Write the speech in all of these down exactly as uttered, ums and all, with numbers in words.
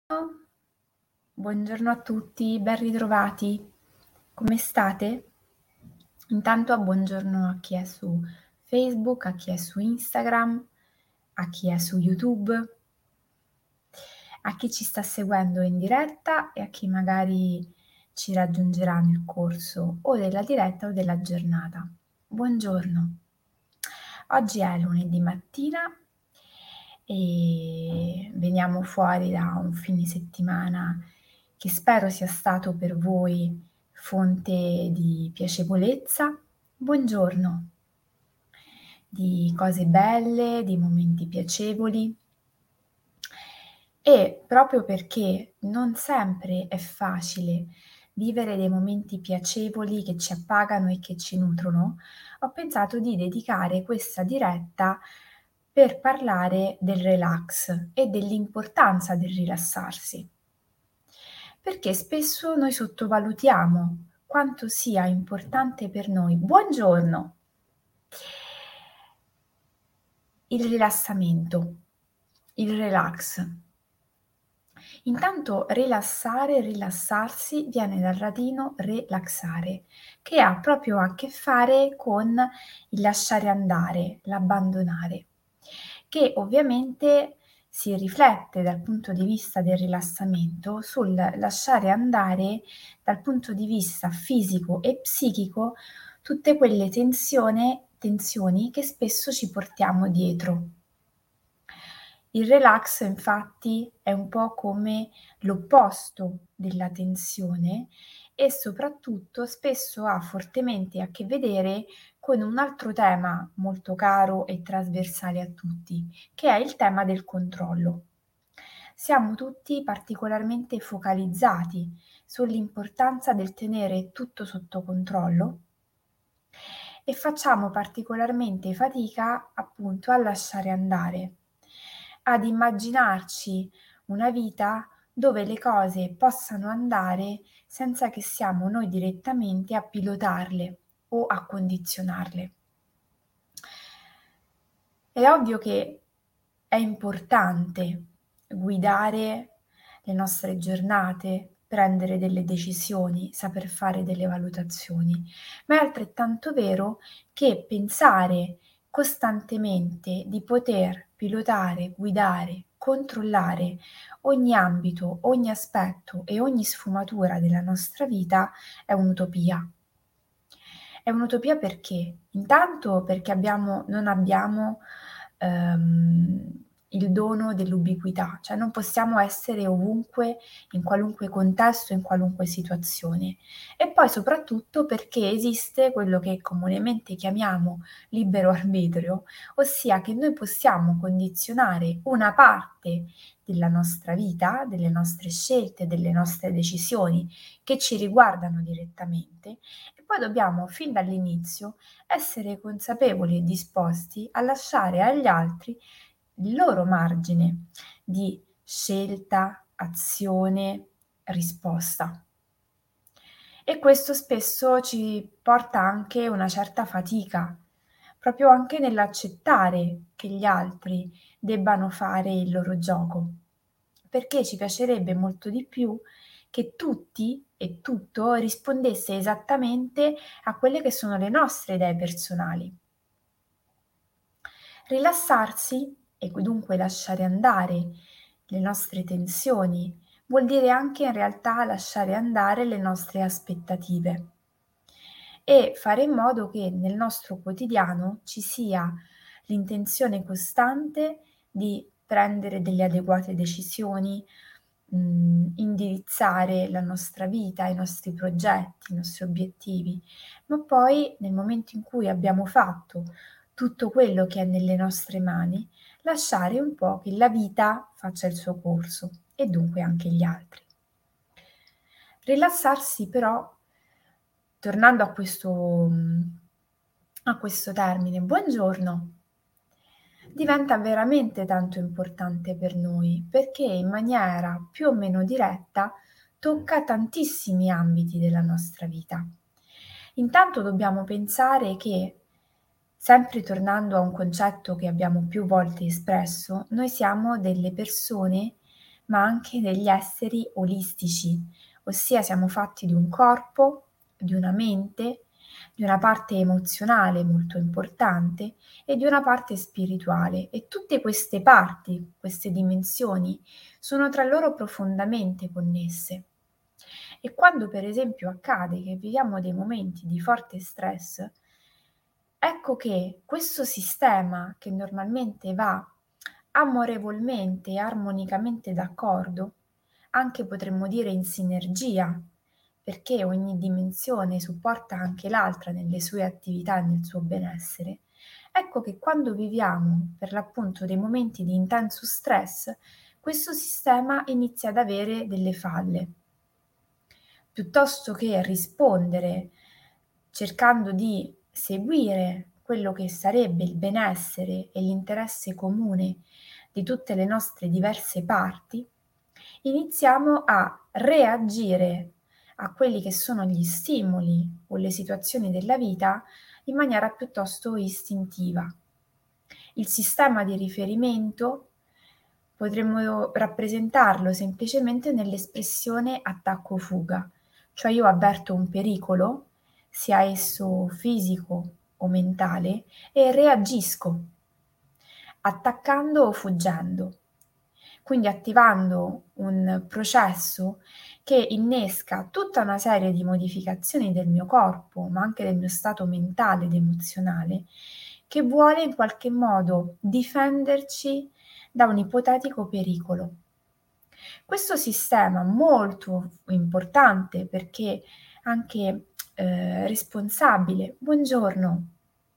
Buongiorno a tutti, ben ritrovati. Come state? Intanto buongiorno a chi è su Facebook, a chi è su Instagram, a chi è su YouTube, a chi ci sta seguendo in diretta e a chi magari ci raggiungerà nel corso o della diretta o della giornata. Buongiorno. Oggi è lunedì mattina e veniamo fuori da un fine settimana che spero sia stato per voi fonte di piacevolezza. Buongiorno, di cose belle, di momenti piacevoli. E proprio perché non sempre è facile vivere dei momenti piacevoli che ci appagano e che ci nutrono, ho pensato di dedicare questa diretta per parlare del relax e dell'importanza del rilassarsi. Perché spesso noi sottovalutiamo quanto sia importante per noi. Buongiorno! Il rilassamento, il relax. Intanto rilassare, rilassarsi viene dal latino relaxare, che ha proprio a che fare con il lasciare andare, l'abbandonare, che ovviamente si riflette dal punto di vista del rilassamento sul lasciare andare dal punto di vista fisico e psichico tutte quelle tensione tensioni che spesso ci portiamo dietro. Il relax infatti è un po' come l'opposto della tensione e soprattutto spesso ha fortemente a che vedere con un altro tema molto caro e trasversale a tutti, che è il tema del controllo. Siamo tutti particolarmente focalizzati sull'importanza del tenere tutto sotto controllo e facciamo particolarmente fatica appunto a lasciare andare, ad immaginarci una vita dove le cose possano andare senza che siamo noi direttamente a pilotarle o a condizionarle. È ovvio che è importante guidare le nostre giornate, prendere delle decisioni, saper fare delle valutazioni, ma è altrettanto vero che pensare costantemente di poter pilotare, guidare, controllare ogni ambito, ogni aspetto e ogni sfumatura della nostra vita è un'utopia. È un'utopia perché? Intanto perché abbiamo non abbiamo, ehm, il dono dell'ubiquità, cioè non possiamo essere ovunque, in qualunque contesto, in qualunque situazione. E poi soprattutto perché esiste quello che comunemente chiamiamo libero arbitrio, ossia che noi possiamo condizionare una parte della nostra vita, delle nostre scelte, delle nostre decisioni che ci riguardano direttamente e poi dobbiamo fin dall'inizio essere consapevoli e disposti a lasciare agli altri il loro margine di scelta, azione, risposta. E questo spesso ci porta anche una certa fatica, proprio anche nell'accettare che gli altri debbano fare il loro gioco, perché ci piacerebbe molto di più che tutti e tutto rispondesse esattamente a quelle che sono le nostre idee personali. Rilassarsi e dunque lasciare andare le nostre tensioni vuol dire anche in realtà lasciare andare le nostre aspettative e fare in modo che nel nostro quotidiano ci sia l'intenzione costante di prendere delle adeguate decisioni, mhmm, indirizzare la nostra vita, i nostri progetti, i nostri obiettivi, ma poi nel momento in cui abbiamo fatto tutto quello che è nelle nostre mani, lasciare un po' che la vita faccia il suo corso e dunque anche gli altri. Rilassarsi però, tornando a questo mhmm, a questo termine, buongiorno, diventa veramente tanto importante per noi, perché in maniera più o meno diretta tocca tantissimi ambiti della nostra vita. Intanto dobbiamo pensare che, sempre tornando a un concetto che abbiamo più volte espresso, noi siamo delle persone ma anche degli esseri olistici, ossia siamo fatti di un corpo, di una mente, di una parte emozionale molto importante e di una parte spirituale, e tutte queste parti, queste dimensioni, sono tra loro profondamente connesse. E quando per esempio accade che viviamo dei momenti di forte stress, ecco che questo sistema, che normalmente va amorevolmente e armonicamente d'accordo, anche potremmo dire in sinergia, perché ogni dimensione supporta anche l'altra nelle sue attività e nel suo benessere, ecco che quando viviamo per l'appunto dei momenti di intenso stress, questo sistema inizia ad avere delle falle. Piuttosto che rispondere cercando di seguire quello che sarebbe il benessere e l'interesse comune di tutte le nostre diverse parti, iniziamo a reagire a quelli che sono gli stimoli o le situazioni della vita in maniera piuttosto istintiva. Il sistema di riferimento potremmo rappresentarlo semplicemente nell'espressione attacco-fuga, cioè io avverto un pericolo, sia esso fisico o mentale, e reagisco, attaccando o fuggendo, quindi attivando un processo che innesca tutta una serie di modificazioni del mio corpo, ma anche del mio stato mentale ed emozionale, che vuole in qualche modo difenderci da un ipotetico pericolo. Questo sistema molto importante, perché anche eh, responsabile, buongiorno,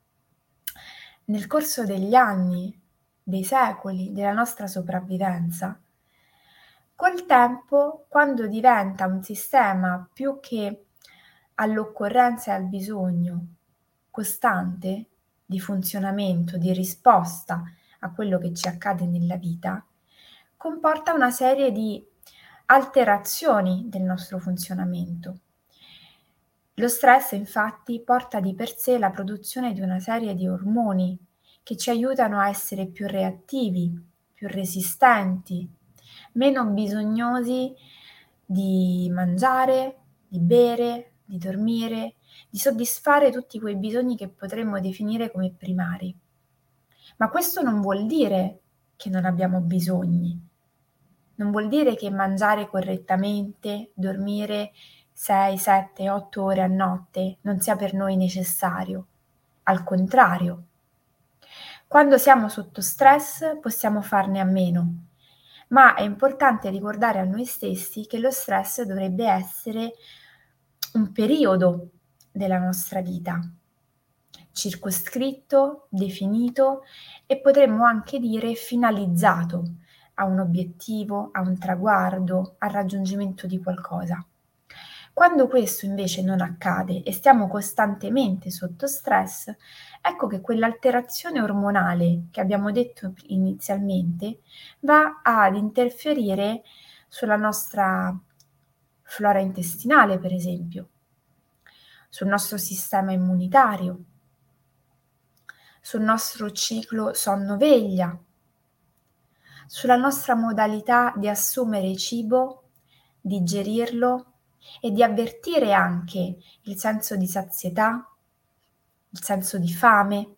nel corso degli anni, dei secoli, della nostra sopravvivenza, col tempo, quando diventa un sistema più che all'occorrenza e al bisogno costante di funzionamento, di risposta a quello che ci accade nella vita, comporta una serie di alterazioni del nostro funzionamento. Lo stress infatti porta di per sé la produzione di una serie di ormoni che ci aiutano a essere più reattivi, più resistenti, meno bisognosi di mangiare, di bere, di dormire, di soddisfare tutti quei bisogni che potremmo definire come primari. Ma questo non vuol dire che non abbiamo bisogni. Non vuol dire che mangiare correttamente, dormire sei, sette, otto ore a notte non sia per noi necessario. Al contrario, quando siamo sotto stress possiamo farne a meno, ma è importante ricordare a noi stessi che lo stress dovrebbe essere un periodo della nostra vita, circoscritto, definito e potremmo anche dire finalizzato a un obiettivo, a un traguardo, al raggiungimento di qualcosa. Quando questo invece non accade e stiamo costantemente sotto stress, ecco che quell'alterazione ormonale che abbiamo detto inizialmente va ad interferire sulla nostra flora intestinale, per esempio, sul nostro sistema immunitario, sul nostro ciclo sonno-veglia, sulla nostra modalità di assumere cibo, digerirlo e di avvertire anche il senso di sazietà, il senso di fame,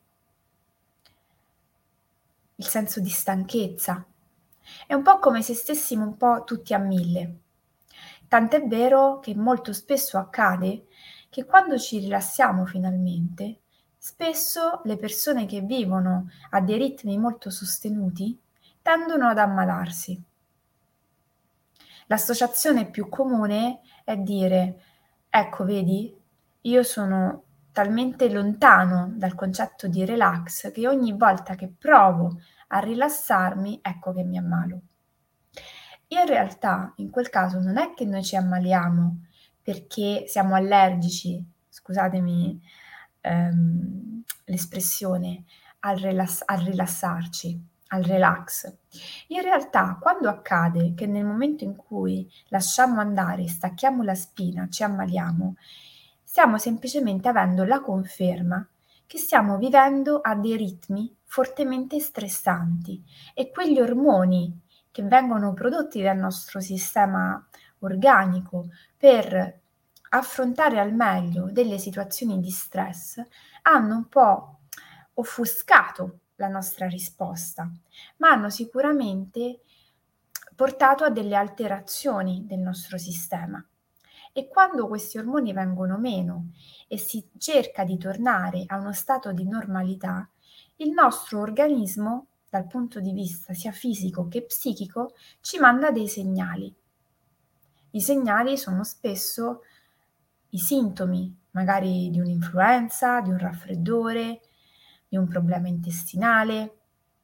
il senso di stanchezza. È un po' come se stessimo un po' tutti a mille. Tant'è vero che molto spesso accade che quando ci rilassiamo finalmente, spesso le persone che vivono a dei ritmi molto sostenuti tendono ad ammalarsi. L'associazione più comune è dire: ecco vedi, io sono talmente lontano dal concetto di relax che ogni volta che provo a rilassarmi, ecco che mi ammalo. In realtà, in quel caso non è che noi ci ammaliamo perché siamo allergici, scusatemi, ehm, l'espressione, al rilass al rilassarci, al relax. In realtà, quando accade che nel momento in cui lasciamo andare, stacchiamo la spina, ci ammaliamo, stiamo semplicemente avendo la conferma che stiamo vivendo a dei ritmi fortemente stressanti e quegli ormoni che vengono prodotti dal nostro sistema organico per affrontare al meglio delle situazioni di stress, hanno un po' offuscato la nostra risposta, ma hanno sicuramente portato a delle alterazioni del nostro sistema. E quando questi ormoni vengono meno e si cerca di tornare a uno stato di normalità, il nostro organismo, dal punto di vista sia fisico che psichico, ci manda dei segnali. I segnali sono spesso i sintomi, magari di un'influenza, di un raffreddore, di un problema intestinale.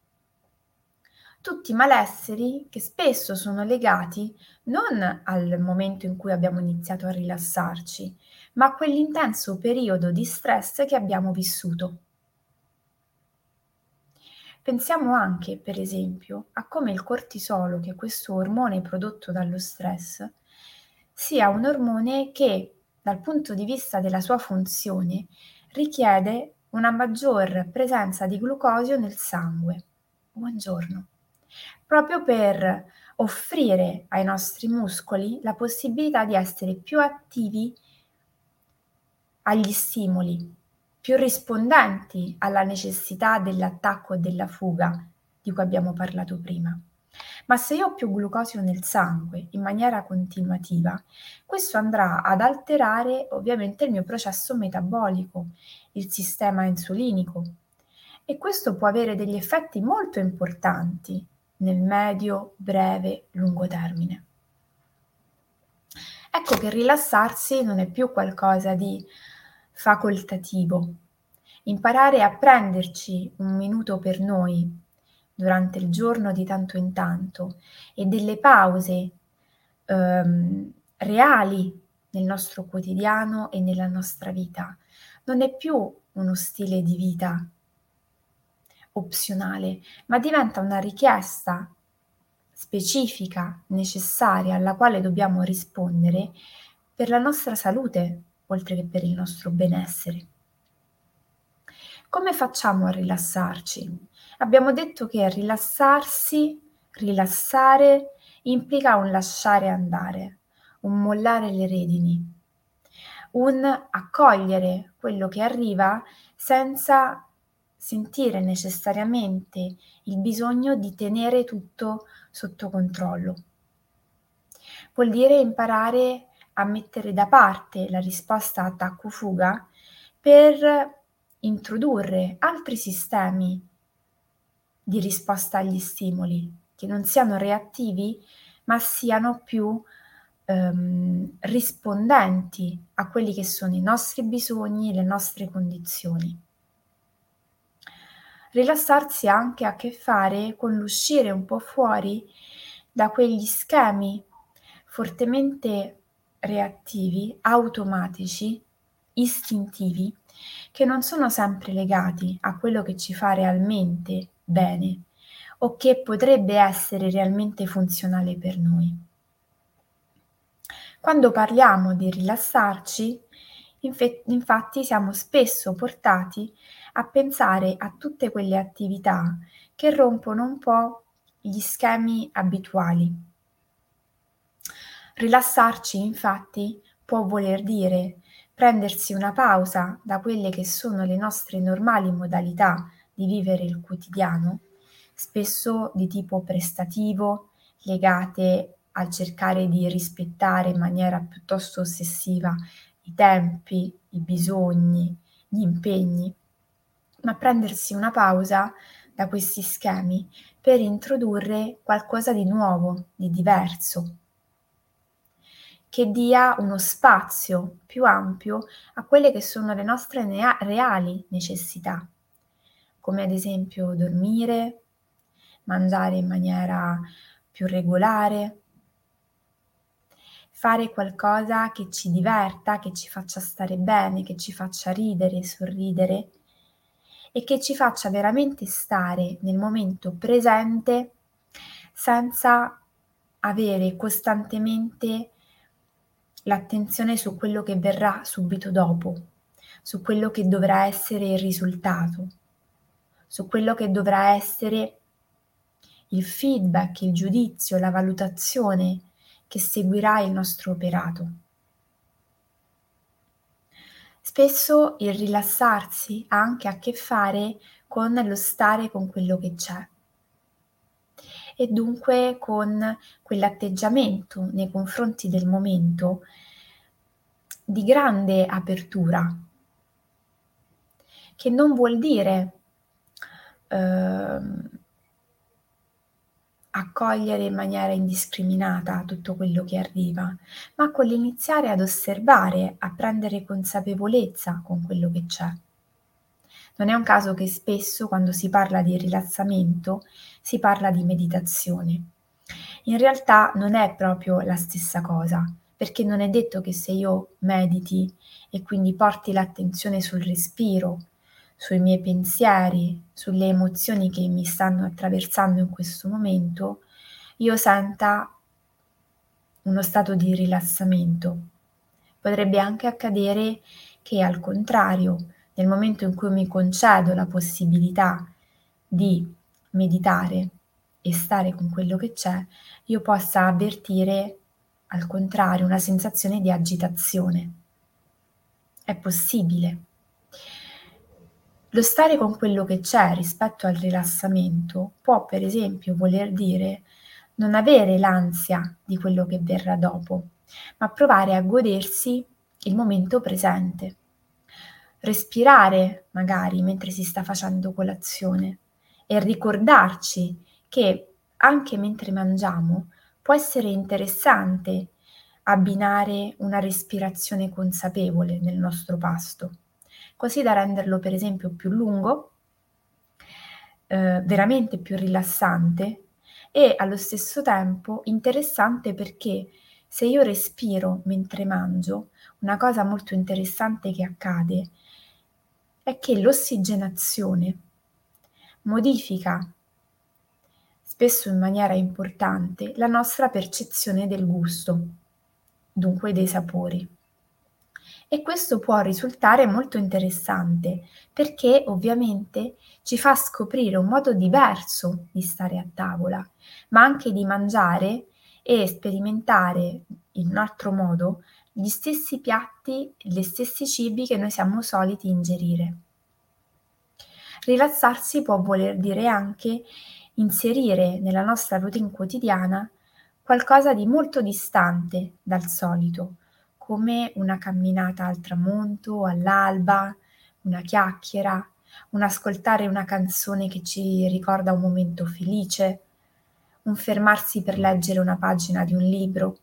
Tutti malesseri che spesso sono legati non al momento in cui abbiamo iniziato a rilassarci, ma a quell'intenso periodo di stress che abbiamo vissuto. Pensiamo anche, per esempio, a come il cortisolo, che è questo ormone prodotto dallo stress, sia un ormone che, dal punto di vista della sua funzione, richiede una maggior presenza di glucosio nel sangue. Buongiorno. Proprio per offrire ai nostri muscoli la possibilità di essere più attivi agli stimoli, più rispondenti alla necessità dell'attacco e della fuga di cui abbiamo parlato prima. Ma se io ho più glucosio nel sangue in maniera continuativa, questo andrà ad alterare ovviamente il mio processo metabolico, il sistema insulinico, e questo può avere degli effetti molto importanti nel medio, breve, lungo termine. Ecco che rilassarsi non è più qualcosa di facoltativo. Imparare a prenderci un minuto per noi durante il giorno di tanto in tanto e delle pause ehm, reali nel nostro quotidiano e nella nostra vita non è più uno stile di vita opzionale, ma diventa una richiesta specifica, necessaria, alla quale dobbiamo rispondere per la nostra salute, oltre che per il nostro benessere. Come facciamo a rilassarci? Abbiamo detto che rilassarsi, rilassare, implica un lasciare andare, un mollare le redini, un accogliere quello che arriva senza sentire necessariamente il bisogno di tenere tutto sotto controllo. Vuol dire imparare a mettere da parte la risposta attacco-fuga per introdurre altri sistemi di risposta agli stimoli, che non siano reattivi, ma siano più ehm, rispondenti a quelli che sono i nostri bisogni, le nostre condizioni. Rilassarsi ha anche a che fare con l'uscire un po' fuori da quegli schemi fortemente reattivi, automatici, istintivi, che non sono sempre legati a quello che ci fa realmente bene o che potrebbe essere realmente funzionale per noi. Quando parliamo di rilassarci, infe- infatti siamo spesso portati a pensare a tutte quelle attività che rompono un po' gli schemi abituali. Rilassarci, infatti, può voler dire prendersi una pausa da quelle che sono le nostre normali modalità di vivere il quotidiano, spesso di tipo prestativo, legate al cercare di rispettare in maniera piuttosto ossessiva i tempi, i bisogni, gli impegni, ma prendersi una pausa da questi schemi per introdurre qualcosa di nuovo, di diverso, che dia uno spazio più ampio a quelle che sono le nostre nea- reali necessità, come ad esempio dormire, mangiare in maniera più regolare, fare qualcosa che ci diverta, che ci faccia stare bene, che ci faccia ridere, sorridere e che ci faccia veramente stare nel momento presente senza avere costantemente l'attenzione su quello che verrà subito dopo, su quello che dovrà essere il risultato, su quello che dovrà essere il feedback, il giudizio, la valutazione che seguirà il nostro operato. Spesso il rilassarsi ha anche a che fare con lo stare con quello che c'è e dunque con quell'atteggiamento nei confronti del momento di grande apertura, che non vuol dire uhm, accogliere in maniera indiscriminata tutto quello che arriva, ma con l'iniziare ad osservare, a prendere consapevolezza con quello che c'è. Non è un caso che spesso quando si parla di rilassamento si parla di meditazione. In realtà non è proprio la stessa cosa, perché non è detto che se io mediti e quindi porti l'attenzione sul respiro, sui miei pensieri, sulle emozioni che mi stanno attraversando in questo momento, io senta uno stato di rilassamento. Potrebbe anche accadere che al contrario, nel momento in cui mi concedo la possibilità di meditare e stare con quello che c'è, io possa avvertire al contrario una sensazione di agitazione. È possibile. Lo stare con quello che c'è rispetto al rilassamento può, per esempio, voler dire non avere l'ansia di quello che verrà dopo, ma provare a godersi il momento presente. Respirare magari mentre si sta facendo colazione e ricordarci che anche mentre mangiamo può essere interessante abbinare una respirazione consapevole nel nostro pasto, così da renderlo per esempio più lungo, ehm, veramente più rilassante e allo stesso tempo interessante perché se io respiro mentre mangio, una cosa molto interessante che accade è che l'ossigenazione modifica, spesso in maniera importante, la nostra percezione del gusto, dunque dei sapori. E questo può risultare molto interessante, perché ovviamente ci fa scoprire un modo diverso di stare a tavola, ma anche di mangiare e sperimentare in un altro modo gli stessi piatti, gli stessi cibi che noi siamo soliti ingerire. Rilassarsi può voler dire anche inserire nella nostra routine quotidiana qualcosa di molto distante dal solito, come una camminata al tramonto, all'alba, una chiacchiera, un ascoltare una canzone che ci ricorda un momento felice, un fermarsi per leggere una pagina di un libro,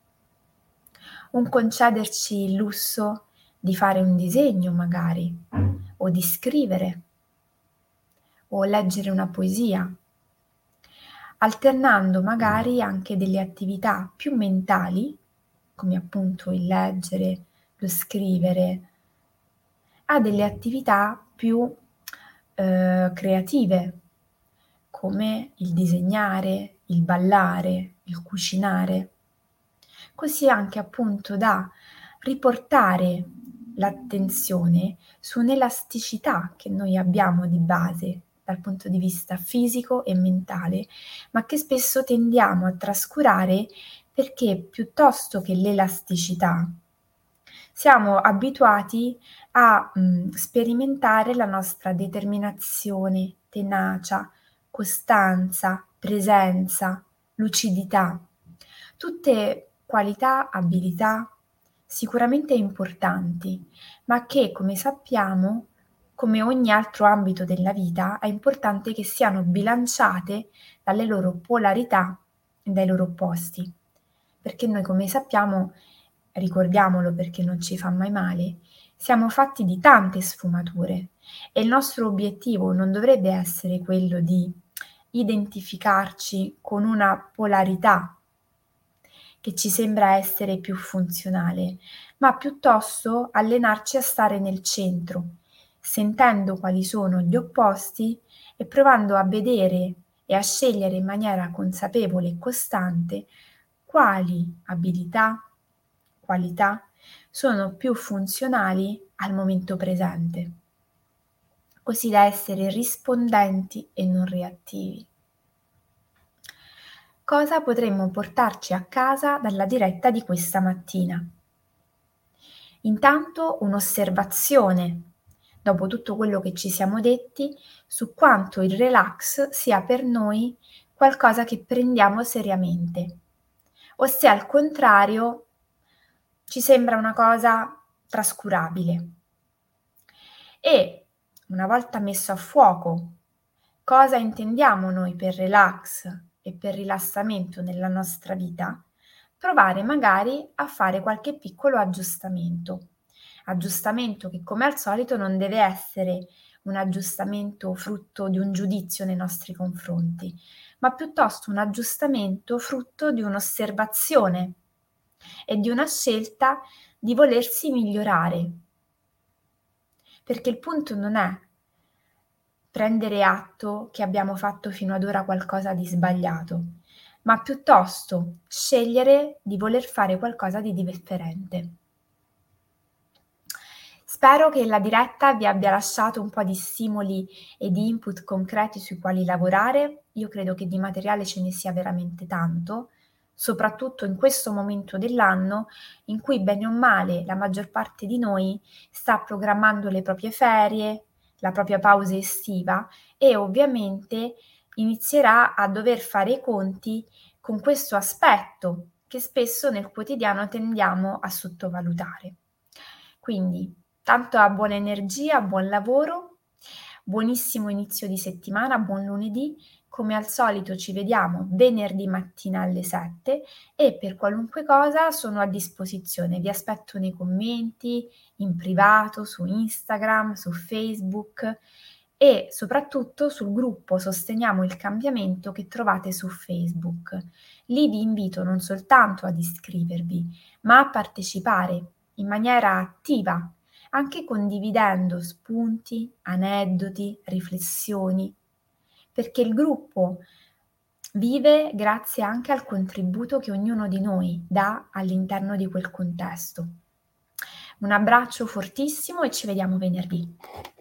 un concederci il lusso di fare un disegno magari, o di scrivere, o leggere una poesia, alternando magari anche delle attività più mentali, come appunto il leggere, lo scrivere, a delle attività più, ehm, creative, come il disegnare, il ballare, il cucinare, così anche appunto da riportare l'attenzione su un'elasticità che noi abbiamo di base dal punto di vista fisico e mentale, ma che spesso tendiamo a trascurare perché piuttosto che l'elasticità siamo abituati a, mhmm, sperimentare la nostra determinazione, tenacia, costanza, presenza, lucidità. Tutte qualità, abilità sicuramente importanti, ma che, come sappiamo, come ogni altro ambito della vita, è importante che siano bilanciate dalle loro polarità e dai loro opposti. Perché noi, come sappiamo, ricordiamolo perché non ci fa mai male, siamo fatti di tante sfumature e il nostro obiettivo non dovrebbe essere quello di identificarci con una polarità che ci sembra essere più funzionale, ma piuttosto allenarci a stare nel centro, sentendo quali sono gli opposti e provando a vedere e a scegliere in maniera consapevole e costante quali abilità, qualità sono più funzionali al momento presente, così da essere rispondenti e non reattivi. cosa potremmo portarci a casa dalla diretta di questa mattina. Intanto un'osservazione, dopo tutto quello che ci siamo detti, su quanto il relax sia per noi qualcosa che prendiamo seriamente, o se al contrario ci sembra una cosa trascurabile. E, una volta messo a fuoco cosa intendiamo noi per relax e per rilassamento nella nostra vita, provare magari a fare qualche piccolo aggiustamento. Aggiustamento che come al solito non deve essere un aggiustamento frutto di un giudizio nei nostri confronti, ma piuttosto un aggiustamento frutto di un'osservazione e di una scelta di volersi migliorare. Perché il punto non è prendere atto che abbiamo fatto fino ad ora qualcosa di sbagliato, ma piuttosto scegliere di voler fare qualcosa di differente. Spero che la diretta vi abbia lasciato un po' di stimoli e di input concreti sui quali lavorare. Io credo che di materiale ce ne sia veramente tanto, soprattutto in questo momento dell'anno in cui bene o male la maggior parte di noi sta programmando le proprie ferie, la propria pausa estiva e ovviamente inizierà a dover fare i conti con questo aspetto che spesso nel quotidiano tendiamo a sottovalutare. Quindi tanta buona energia, buon lavoro, buonissimo inizio di settimana, buon lunedì. Come al solito ci vediamo venerdì mattina alle sette e per qualunque cosa sono a disposizione. Vi aspetto nei commenti, in privato, su Instagram, su Facebook e soprattutto sul gruppo Sosteniamo il Cambiamento che trovate su Facebook. Lì vi invito non soltanto ad iscrivervi, ma a partecipare in maniera attiva, anche condividendo spunti, aneddoti, riflessioni, perché il gruppo vive grazie anche al contributo che ognuno di noi dà all'interno di quel contesto. Un abbraccio fortissimo e ci vediamo venerdì.